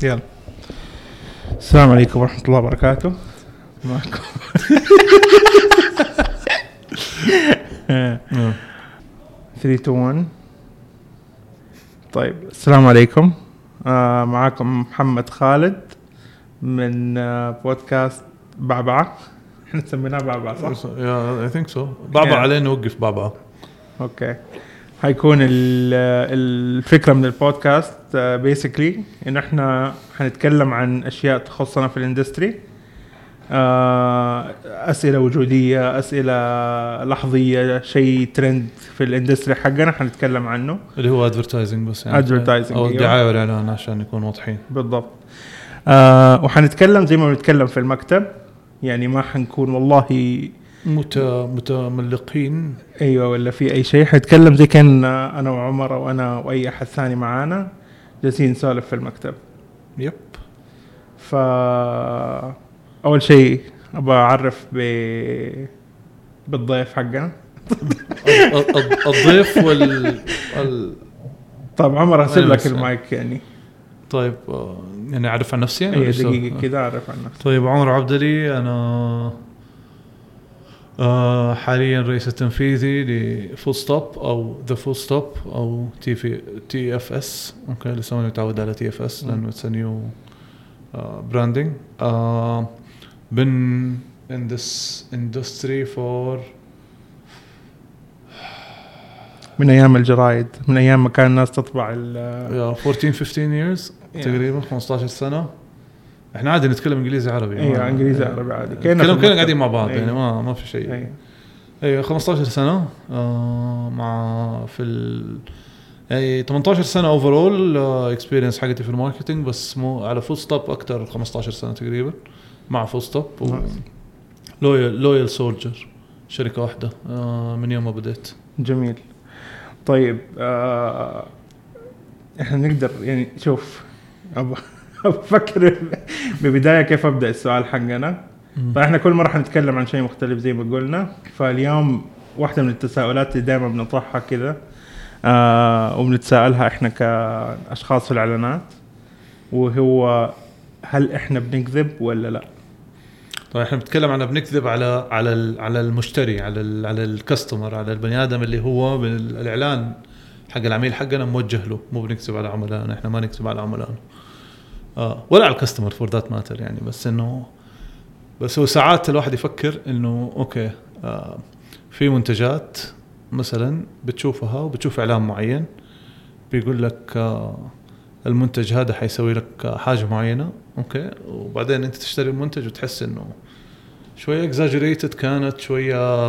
يلا. السلام عليكم ورحمة الله وبركاته. معكم 3 2 1. طيب السلام عليكم. معاكم محمد خالد من بودكاست بعبعة. احنا سميناه بعبعة صح؟ I think so. بعبعة عليه نوقف بعبعة. اوكي. هيكون الفكرة من البودكاست basically إن إحنا هنتكلم عن أشياء تخصنا في الاندستري، أسئلة وجودية، أسئلة لحظية، شيء ترند في الاندستري حقنا هنتكلم عنه، اللي هو advertising بس يعني advertising أو الدعاية والإعلان عشان نكون واضحين. بالضبط. وحنتكلم زي ما بنتكلم في المكتب، يعني ما حنكون والله متملقين ايوه ولا في اي شيء. حنتكلم زي كان انا وعمر وانا واي احد ثاني معانا جالسين نسولف في المكتب. يب. اول شيء ابغى اعرف بالضيف حقنا. الضيف طيب عمر هسيب لك المايك يعني. طيب يعني اعرف عن نفسي يعني دقيقه كده اعرف عن نفسي. طيب عمر عبدلي، انا حاليا رئيس التنفيذي لفول ستوب او ذا فول ستوب او تي اف اس. اوكي لسه ما متعود على تي اف اس لانه اتس نيو براندنج. been in this industry for من ايام الجرايد، من ايام ما كان الناس تطبع 14-15 years تقريبا 15 سنة. احنا عادي نتكلم انجليزي عربي. ايوه انجليزي عربي عادي، كلنا قاعدين مع بعض. يعني ما في شيء. ايوه 15 سنة مع في يعني 18 سنة اوفرول اكسبيرينس حقتي في الماركتينج، بس مو على فول ستوب اكتر 15 سنة تقريبا مع فول ستوب. لويال سولجر شركة واحدة من يوم ما بديت. جميل. طيب احنا نقدر يعني شوف أفكر ببداية كيف أبدأ السؤال حقنا. فإحنا كل مرة حنتكلم عن شيء مختلف زي ما قلنا. فاليوم واحدة من التساؤلات اللي دائما بنطرحها كذا وبنتساءلها إحنا كأشخاص في الإعلانات، وهو هل إحنا بنكذب ولا لا؟ طيب إحنا بنتكلم عن بنكذب على المشتري، على الكاستمر، على البني آدم اللي هو بالإعلان حق العميل حقنا موجه له. مو بنكذب على عملائنا، إحنا ما نكذب على عملائنا ولا على الكاستمر فور ذات ماتر يعني. بس هو ساعات الواحد يفكر انه اوكي في منتجات مثلا بتشوفها وبتشوف اعلان معين بيقول لك المنتج هذا حيسوي لك حاجة معينة، اوكي، وبعدين انت تشتري المنتج وتحس انه شوية اكزاجريتد، كانت شوية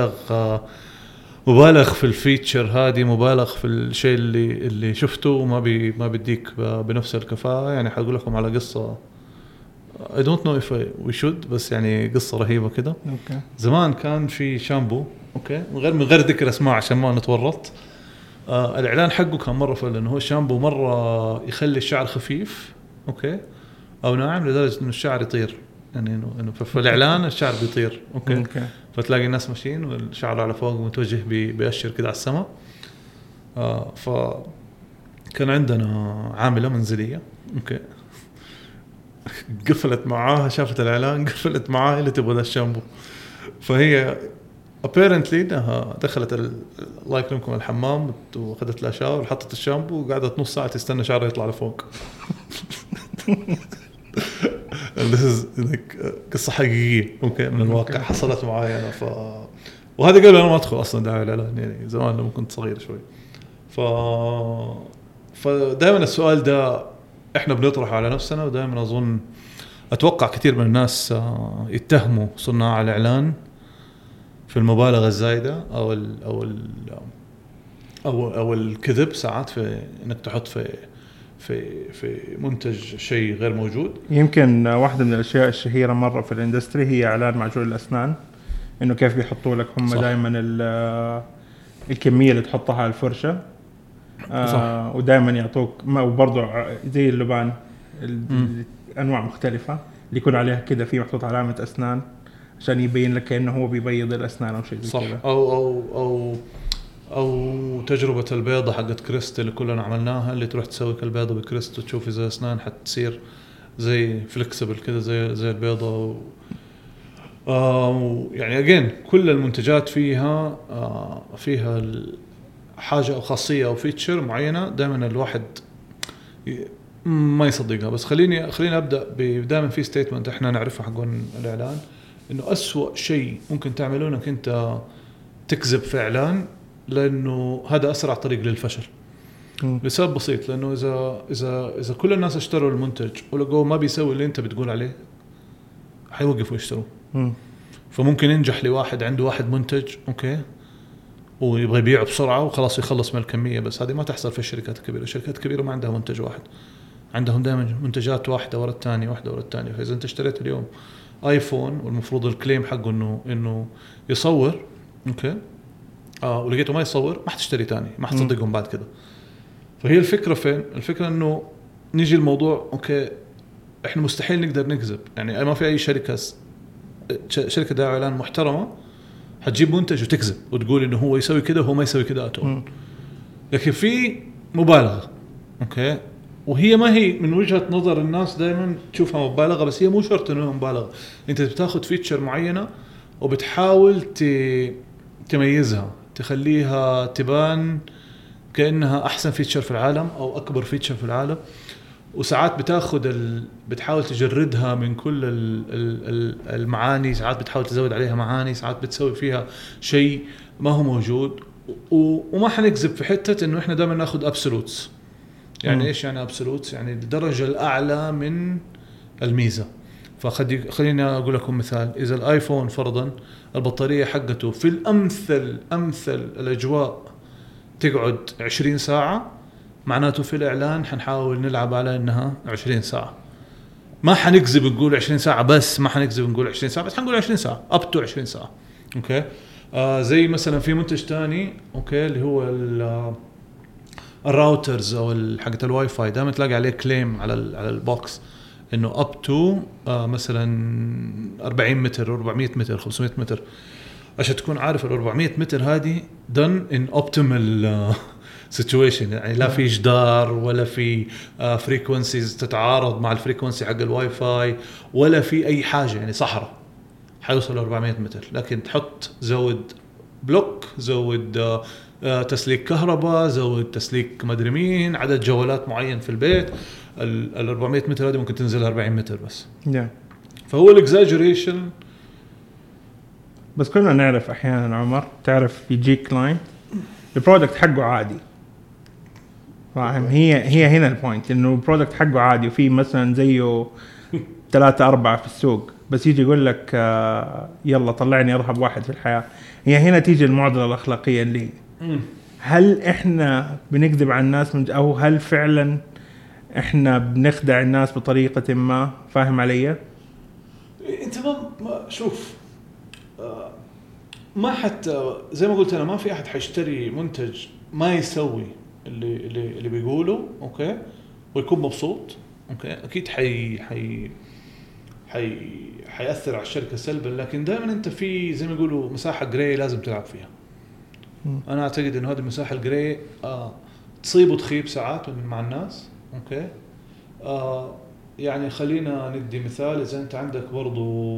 مبالغ في الفيتشر هذه، مبالغ في الشيء اللي شفته، وما ما بديك بنفس الكفاءة. يعني حقول لكم على قصة I don't know if we should، بس يعني قصة رهيبة كده. زمان كان في شامبو، اوكي، من غير ذكر اسماء عشان ما نتورط. الاعلان حقه كان مرة فل، انه هو الشامبو مرة يخلي الشعر خفيف، اوكي، او ناعم لدرجة انه الشعر يطير. يعني انه في الاعلان الشعر بيطير، اوكي. فتلاقي الناس ماشيين والشعر على فوق متوجه بيأشر كده على السماء. فكان عندنا عاملة منزلية، اوكي، قفلت معاها، شافت الاعلان قفلت معاها اللي تبغى الشامبو. فهي apparently انها دخلت الله يكرمكم الحمام واخذت لها شاور وحطت الشامبو وقعدت نص ساعه تستنى شعرها يطلع لفوق. قصة حقيقية اوكي من الواقع حصلت معي انا. وهذا قبل انا ما ادخل اصلا دعاية الاعلان، يعني زمان لما كنت صغير شوي. فدائما السؤال ده احنا بنطرحه على نفسنا، ودائما اتوقع كثير من الناس يتهموا صناع الاعلان في المبالغة الزايدة او الكذب ساعات في انك تحط في منتج شيء غير موجود. يمكن واحدة من الاشياء الشهيرة مرة في الاندستري هي اعلان معجون الاسنان، انه كيف بيحطوا لك هم دائما الكمية اللي تحطها على الفرشة، ودائما يعطوك وبرضو زي اللبان انواع مختلفة اللي يكون عليها كده في محطوط علامة اسنان عشان يبين لك انه هو بيبيض الاسنان او شيء زي كذا. او او تجربه البيضه حقت كريست اللي كلنا عملناها، اللي تروح تسوي البيضه بكريست وتشوف اذا اسنان حتصير زي فليكسبل كده زي البيضه يعني اجين كل المنتجات فيها فيها حاجه او خاصيه او فيتشر معينه دائما الواحد ما يصدقها. بس خليني ابدا دائما في ستيتمنت احنا نعرفها حقون الاعلان، انه أسوأ شيء ممكن تعمله انك انت تكذب في اعلان، لانه هذا اسرع طريق للفشل. لسبب بسيط، لانه اذا كل الناس اشتروا المنتج ولقوه ما بيسوي اللي انت بتقول عليه حيوقفوا يشتروا. فممكن ينجح لواحد عنده واحد منتج اوكي ويبغى يبيعه بسرعه وخلاص يخلص من الكميه، بس هذه ما تحصل في الشركات الكبيره. الشركات الكبيره ما عندها منتج واحد، عندهم دائما منتجات واحده ورا الثانيه واحده ورا الثانيه. فاذا انت اشتريت اليوم ايفون والمفروض الكليم حقه انه يصور اوكي ولقيته ما يصور، ما حتشتري تاني، ما حتصدقهم بعد كده. فهي الفكره فين؟ الفكره انه نيجي الموضوع اوكي احنا مستحيل نقدر نكذب، يعني ما في اي شركه دعايه اعلان محترمه حتجيب منتج وتكذب وتقول انه هو يسوي كده وهو ما يسوي كده اتول. لكن في مبالغه اوكي، وهي ما هي من وجهه نظر الناس دائما تشوفها مبالغه، بس هي مو شرط انها مبالغه. انت بتاخذ فيتشر معينه وبتحاول تميزها، تخليها تبان كأنها أحسن فيتشر في العالم أو أكبر فيتشر في العالم، وساعات بتحاول تجردها من كل المعاني، ساعات بتحاول تزود عليها معاني، ساعات بتسوي فيها شيء ما هو موجود. وما حنكذب في حتة إنه إحنا دائما نأخذ أبسولوتس. يعني إيش يعني أبسولوتس؟ يعني الدرجة الأعلى من الميزة. فخليني أقول لكم مثال. إذا الآيفون فرضاً البطارية حقته في أمثل الأجواء تقعد 20 ساعة، معناته في الإعلان حنحاول نلعب على إنها 20 ساعة. ما حنكذب نقول 20 ساعة بس، ما حنكذب نقول 20 ساعة بس، حنقول 20 ساعة up to 20 ساعة. أوكي. زي مثلا في منتج تاني أوكي اللي هو الراوترز أو حقة الواي فاي، دائما تلاقي عليه كليم على البوكس إنه up to مثلا 40 متر 400 متر 500 متر. عشان تكون عارف ال 400 متر هذه done in optimal situation، يعني لا في جدار ولا في frequencies تتعارض مع الفريكونسي حق الواي فاي ولا في أي حاجة، يعني صحراء حيوصل 400 متر. لكن تحط زود بلوك، زود تسليك كهرباء، زود تسليك مدري مين، عدد جوالات معين في البيت، ال 400 متر هذه ممكن تنزل 40 متر بس. فهو الاكزاجريشن. بس كلنا نعرف احيانا عمر، تعرف يجيك كلاينت البرودكت حقه عادي، فاهم؟ هي هنا البوينت، انه البرودكت حقه عادي وفي مثلا زيه 3-4 في السوق، بس يجي يقول لك يلا طلعني ارهب واحد في الحياة. هي هنا تيجي المعضلة الأخلاقية اللي هل احنا بنكذب على الناس او هل فعلا احنا بنخدع الناس بطريقة ما؟ فاهم علي؟ انت ما شوف ما حتى زي ما قلت انا ما في احد حيشتري منتج ما يسوي اللي بيقوله اوكي ويكون مبسوط اوكي. اكيد حيأثر على الشركه سلبا، لكن دائما انت في زي ما يقولوا مساحه جراي لازم تلعب فيها. انا اعتقد انه هذه المساحه الجراي تصيب وتخيب ساعات مع الناس اوكي. يعني خلينا ندي مثال. اذا انت عندك برضو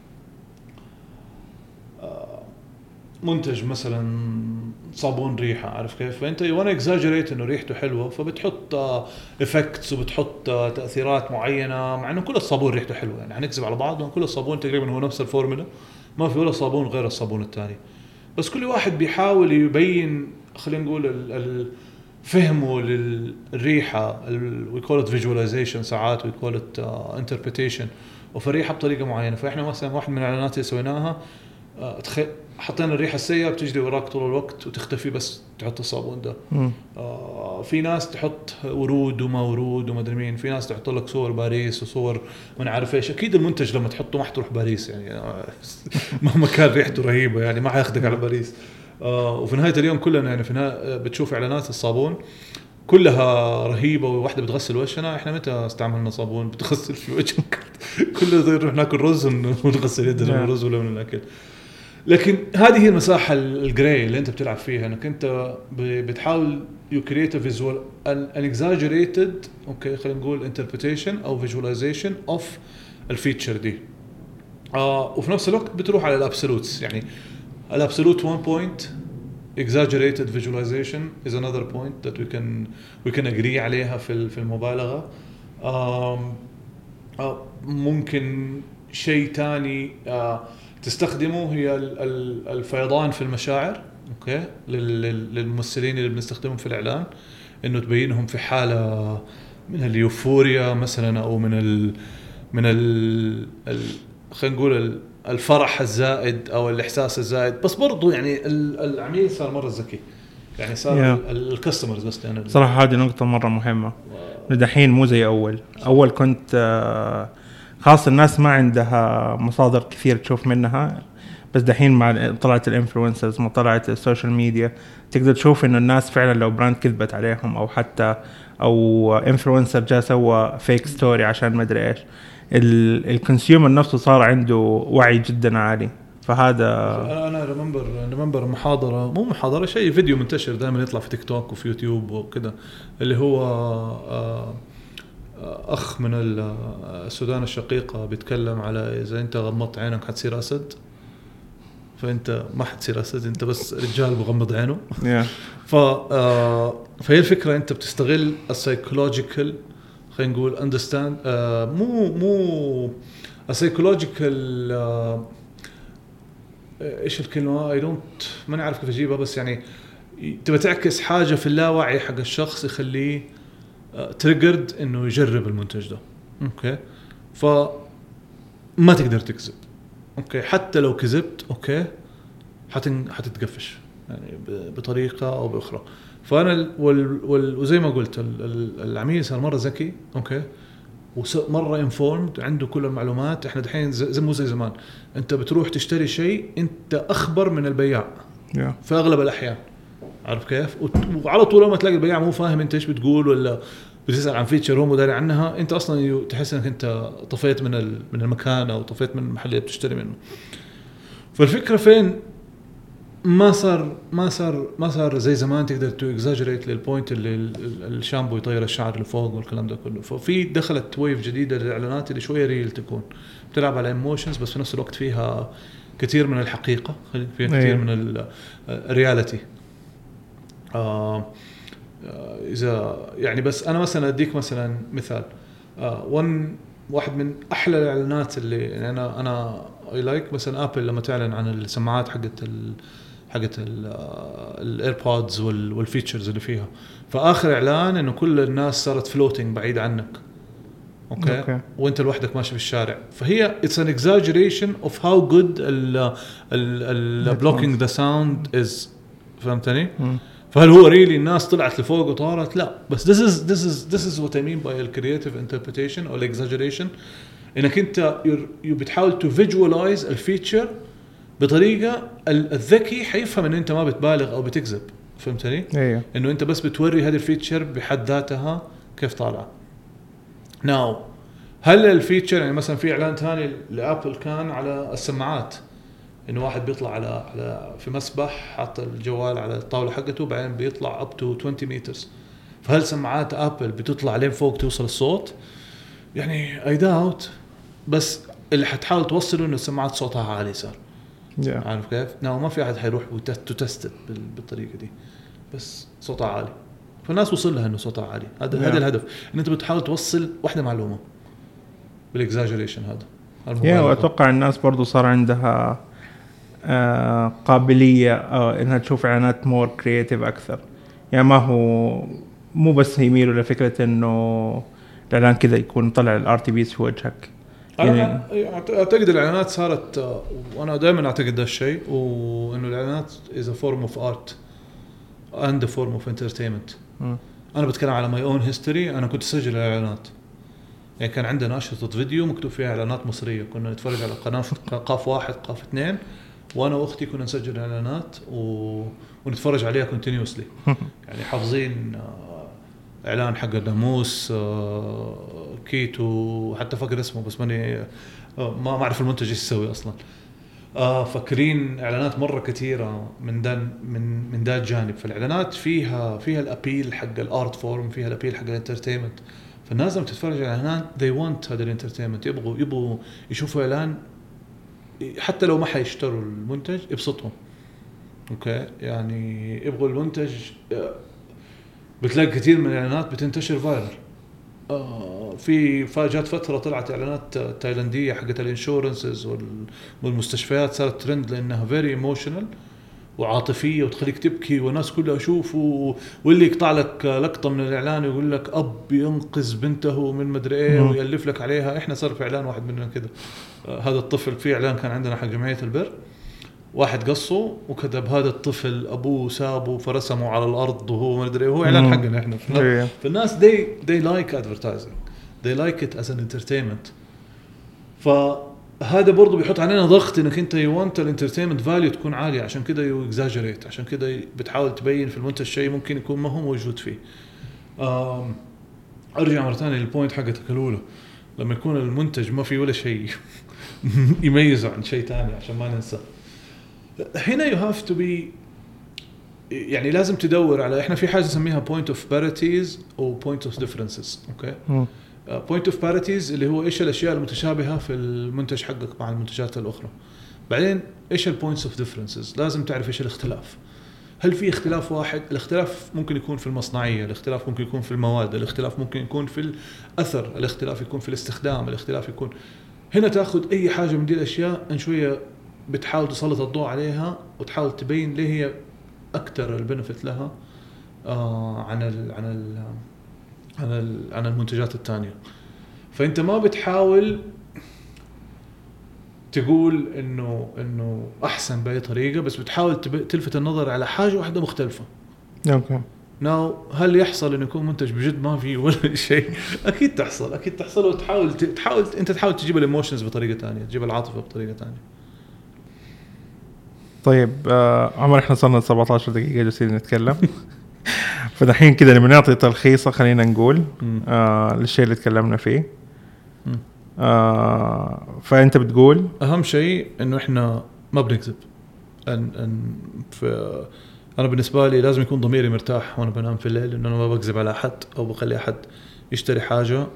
منتج مثلا صابون ريحه، عارف كيف؟ فانت وانا اكزاجريت انه ريحته حلوه فبتحط افكتس وبتحط تاثيرات معينه، مع انه كل الصابون ريحته حلوه. يعني هنكذب على بعض، كل الصابون تقريبا هو نفس الفورمولا، ما في ولا صابون غير الصابون الثاني. بس كل واحد بيحاول يبين خلينا نقول فهمه للريحه، we call it visualization ساعات we call it interpretation وفي الريحه بطريقه معينه. فاحنا مثلا واحد من الاعلانات اللي سويناها حطينا الريحه السيئه بتجري وراك طول الوقت وتختفي بس تحط الصابون ده. في ناس تحط ورود وما ورود وما ادري مين، في ناس تحط لك صور باريس وصور ما نعرف ايش. اكيد المنتج لما تحطه ما حتروح باريس يعني مهما كان ريحته رهيبه يعني ما حياخدك على باريس. وفي نهايه اليوم كلنا يعني في بتشوف اعلانات الصابون كلها رهيبه وواحده بتغسل وجهنا. احنا متى استعملنا صابون بتغسل في وجهك؟ كله نروح ناكل رز ونغسل يدنا من الرز ولا من الاكل. لكن هذه هي المساحه الجراي اللي انت بتلعب فيها، انك انت بتحاول يو كرييت ا فيجوال ان اكزاجريتد اوكي خلينا نقول انتربريتيشن او فيجواليزيشن اوف الفيتشر دي. وفي نفس الوقت بتروح على الابسولوتس، يعني الابسولوت 1 point exaggerated visualization is another point that we can agree عليها في المبالغة. ممكن شيء تاني تستخدمه هي الفيضان في المشاعر اوكي للممثلين اللي بنستخدمهم في الإعلان، انه تبينهم في حالة من اليوفوريا مثلا او من ال خلينا نقول الفرح الزائد او الاحساس الزائد. بس برضو يعني العميل صار مره ذكي، يعني صار الكاستمرز بس يعني صراحه هذه نقطه مره مهمه. دحين مو زي اول كنت خاص الناس ما عندها مصادر كثير تشوف منها، بس دحين مع طلعت الانفلونسرز ما طلعت السوشيال ميديا تقدر تشوف انه الناس فعلا لو براند كذبت عليهم او حتى او انفلونسر جاء سوى فيك ستوري عشان ما ادري ايش، الكونسيومر نفسه صار عنده وعي جدا عالي. فهذا انا ريمبر محاضره شيء فيديو منتشر دائما يطلع في تيك توك وفي يوتيوب وكذا، اللي هو اخ من السودان الشقيقه بيتكلم على اذا انت غمضت عينك حتصير اسد، فانت ما حتصير اسد، انت بس رجال بغمض عينه. فهي الفكره انت بتستغل السايكولوجيكال خلينا نقول understand مو psychological ايش الكلمه ما نعرف كيف اجيبها، بس يعني تبى تعكس حاجه في اللاوعي حق الشخص يخليه تريجرد انه يجرب المنتج ده اوكي. فما تقدر تكذب اوكي، حتى لو كذبت اوكي حتتقفش يعني بطريقه او باخرى. فانا وزي ما قلت العميل صار مره ذكي اوكي ومره انفورمد، عنده كل المعلومات. احنا دحين مو زي زمان انت بتروح تشتري شيء انت اخبر من البياع في اغلب الاحيان، عارف كيف؟ وعلى طول لما تلاقي البياع مو فاهم انت ايش بتقول ولا بتسال عن فيتشر هو مداري عنها، انت اصلا تحس انك انت طفيت من المكان او طفيت من المحل اللي بتشتري منه. فالفكره فين؟ ما صار زي زمان تقدر تو اكزاجريت للبوينت اللي الشامبو يطير الشعر اللي فوق والكلام ده كله. ففي دخلت ويف جديده للاعلانات اللي شويه ريل تكون بتلعب على ايموشنز، بس في نفس الوقت فيها كثير من الحقيقه، فيها كثير من الرياليتي. اذا يعني بس انا مثلا اديك مثلا مثال، واحد من احلى الاعلانات اللي يعني انا اي لايك مثلا ابل لما تعلن عن السماعات حقت الايربودز والفيتشرز اللي فيها. فاخر اعلان انه كل الناس صارت فلوتينج بعيد عنك اوكي وانت لوحدك ماشي في الشارع. فهي it's an exaggeration of how good blocking the sound is. فهمتني؟ فهل هو ريلي الناس طلعت لفوق وطارت؟ لا، بس this is what I mean by creative interpretation or exaggeration. انك انت بتحاول to visualize الفيتشر بطريقه الذكي حيفهم ان انت ما بتبالغ او بتكذب. فهمتني؟ ايوه، انه انت بس بتوري هذه الفيتشر بحد ذاتها كيف طالعه. ناو هل الفيتشر يعني مثلا في اعلان ثاني لابل كان على السماعات، انه واحد بيطلع على في مسبح حاط الجوال على الطاوله حقته بعدين بيطلع up to 20 متر. فهل سماعات ابل بتطلع لين فوق توصل الصوت؟ يعني اي داوت، بس اللي حتحاول توصله انه السماعات صوتها عالي صار. عارف كيف؟ ما في احد حيروح وتست بالطريقه دي، بس صوتها عالي. فالناس وصل لها انه صوتها عالي. هذا الهدف، ان انت بتحاول توصل واحده معلومه بالاكزاجريشن هذا. واتوقع الناس برضو صار عندها قابليه انها تشوف اعلانات مور كرياتيف اكثر. يعني مو بس يميلوا لفكره انه الاعلان كذا يكون طلع الار تي بيز في وجهك. يعني اعتقد الاعلانات صارت، وانا دائما اعتقد ده الشيء، وانه الاعلانات is a form of art and a form of entertainment. انا بتكلم على my own history. انا كنت اسجل اعلانات، يعني كان عندنا اشرطه فيديو مكتوب فيها اعلانات مصريه، كنا نتفرج على قناه قاف 1 قاف 2، وانا واختي كنا نسجل اعلانات ونتفرج عليها continuously. يعني حافظين اعلان حق الناموس كيتو، حتى فاكر اسمه بس ماني ما اعرف المنتج ايش يسوي اصلا. فاكرين اعلانات مره كثيره من ده الجانب. فالاعلانات فيها الابيل حق الارت فورم، فيها الابيل حق الانترتينمنت. فالناس لما تتفرج على الاعلانات they want هذا الانترتينمنت، يبغوا يشوفوا اعلان حتى لو ما حيشتروا المنتج يبسطهم. اوكي يعني يبغوا المنتج. بتلاقي كثير من الاعلانات بتنتشر فايرل. في جات فتره طلعت اعلانات تايلانديه حقت الانشورنسز والمستشفيات، صارت ترند لانها فيري ايموشنال وعاطفيه وتخليك تبكي والناس كلها شوفوا، واللي يقطع لك لقطه من الاعلان ويقول لك اب ينقذ بنته من مدري ايه ويالف لك عليها. احنا صار في اعلان واحد مننا كده، هذا الطفل في اعلان كان عندنا حق جمعيه البر، واحد قصه وكتب هذا الطفل ابوه سابه فرسمه على الارض وهو ما ادري، هو اعلان حقنا احنا. فالناس they like advertising, they like it as an entertainment. فهذا برضو بيحط علينا ضغط انك انت you want الانترتينمنت فاليو تكون عاليه، عشان كده you exaggerate، عشان كده بتحاول تبين في المنتج شيء ممكن يكون ما هو موجود فيه. ارجع مره ثانيه للبوينت حقتك الاولى، لما يكون المنتج ما فيه ولا شيء يميزه عن شيء ثاني عشان ما ننسى. هنا you have to be يعني لازم تدور على، احنا في حاجه نسميها point of parities او point of differences. اوكي point of parities اللي هو ايش الاشياء المتشابهه في المنتج حقك مع المنتجات الاخرى. بعدين ايش الpoints of differences، لازم تعرف ايش الاختلاف. هل في اختلاف واحد؟ الاختلاف ممكن يكون في المصنعيه، الاختلاف ممكن يكون في المواد، الاختلاف ممكن يكون في الاثر، الاختلاف يكون في الاستخدام، الاختلاف يكون هنا. تاخذ اي حاجه من دي الاشياء ان شويه بتحاول تسلط الضوء عليها وتحاول تبين ليه هي اكثر البنفيت لها عن المنتجات الثانيه. فانت ما بتحاول تقول انه احسن باي طريقه، بس بتحاول تلفت النظر على حاجه واحده مختلفه. اوكي هل يحصل انه يكون منتج بجد ما فيه ولا شيء؟ اكيد تحصل وتحاول انت تحاول تجيب الايموشنز بطريقه ثانيه، تجيب العاطفه بطريقه ثانيه. طيب عمر، احنا صرنا 17 دقيقة جالسين نتكلم فدحين كده لما نعطي تلخيصة خلينا نقول للشيء اللي تكلمنا فيه. فأنت بتقول أهم شيء إنه إحنا ما بنكذب. أنا بالنسبة لي لازم يكون ضميري مرتاح وأنا بنام في الليل، إنه أنا ما بكذب على أحد أو بخلي أحد يشتري حاجة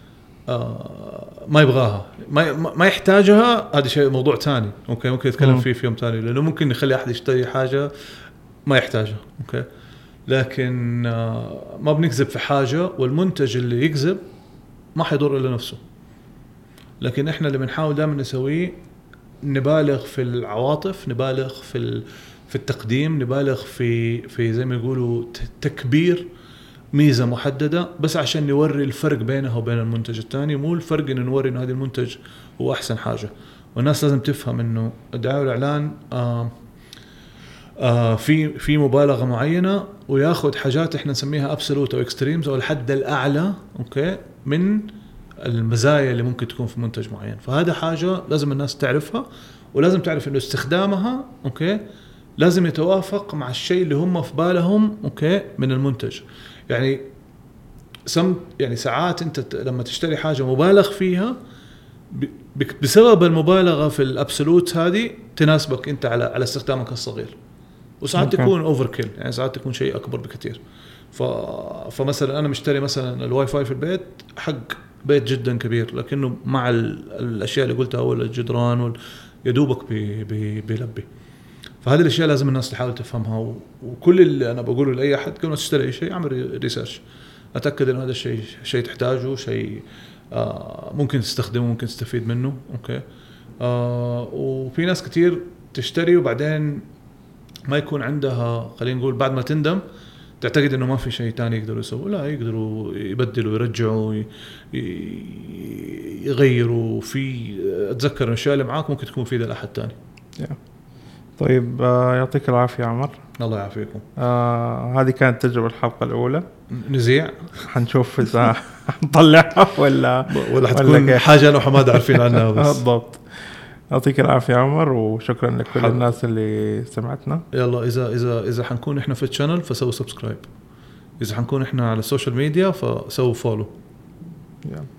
ما يبغاها ما يحتاجها. هذا شيء موضوع تاني. اوكي ممكن نتكلم فيه في يوم تاني، لانه ممكن نخلي احد يشتري حاجه ما يحتاجها. اوكي لكن ما بنكذب في حاجه، والمنتج اللي يكذب ما حيضر الا نفسه. لكن احنا اللي بنحاول دائما نسويه نبالغ في العواطف، نبالغ في التقديم، نبالغ في زي ما يقولوا تكبير ميزة محددة بس عشان نوري الفرق بينها وبين المنتج الثاني. مو الفرق إنه نوري إنه هذا المنتج هو أحسن حاجة. والناس لازم تفهم إنه الدعاية والإعلان في مبالغة معينة، وياخد حاجات إحنا نسميها أبسولوت أو إكستريمز أو الحد الأعلى أوكي من المزايا اللي ممكن تكون في منتج معين. فهذا حاجة لازم الناس تعرفها، ولازم تعرف إنه استخدامها أوكي لازم يتوافق مع الشيء اللي هم في بالهم أوكي من المنتج. يعني ساعات انت لما تشتري حاجه مبالغ فيها بسبب المبالغه في الابسولوت هذه تناسبك انت على استخدامك الصغير، وساعات تكون اوفر كيل، يعني ساعات تكون شيء اكبر بكثير. فمثلا انا مشتري مثلا الواي فاي في البيت حق بيت جدا كبير، لكنه مع الاشياء اللي قلتها اول الجدران يدوبك بيلبي. فهذه الاشياء لازم الناس تحاول تفهمها. وكل اللي انا بقوله لاي احد قبل ما تشتري اي شيء اعمل ريسيرش، اتاكد ان هذا الشيء تحتاجه، شيء ممكن تستخدمه، ممكن تستفيد منه. اوكي وفي ناس كتير تشتري وبعدين ما يكون عندها، خلينا نقول بعد ما تندم تعتقد انه ما في شيء تاني يقدروا يسووا. لا، يقدروا يبدلوا، يرجعوا، يغيروا. اتذكر الاشياء اللي معاك ممكن تكون مفيده لاحد تاني. طيب يعطيك العافية عمر. الله يعافيكم. هذه كانت تجربة الحلقة الأولى. نزيع حنشوف إذا نطلعها ولا حتكون حاجة أنا وحماد عارفين عنها بس. بالضبط. يعطيك العافية عمر، وشكرا لكل الناس اللي سمعتنا. يلا إذا حنكون إحنا في الشانل فسووا سبسكرايب، إذا حنكون إحنا على السوشيال ميديا فسووا فولو. يلا.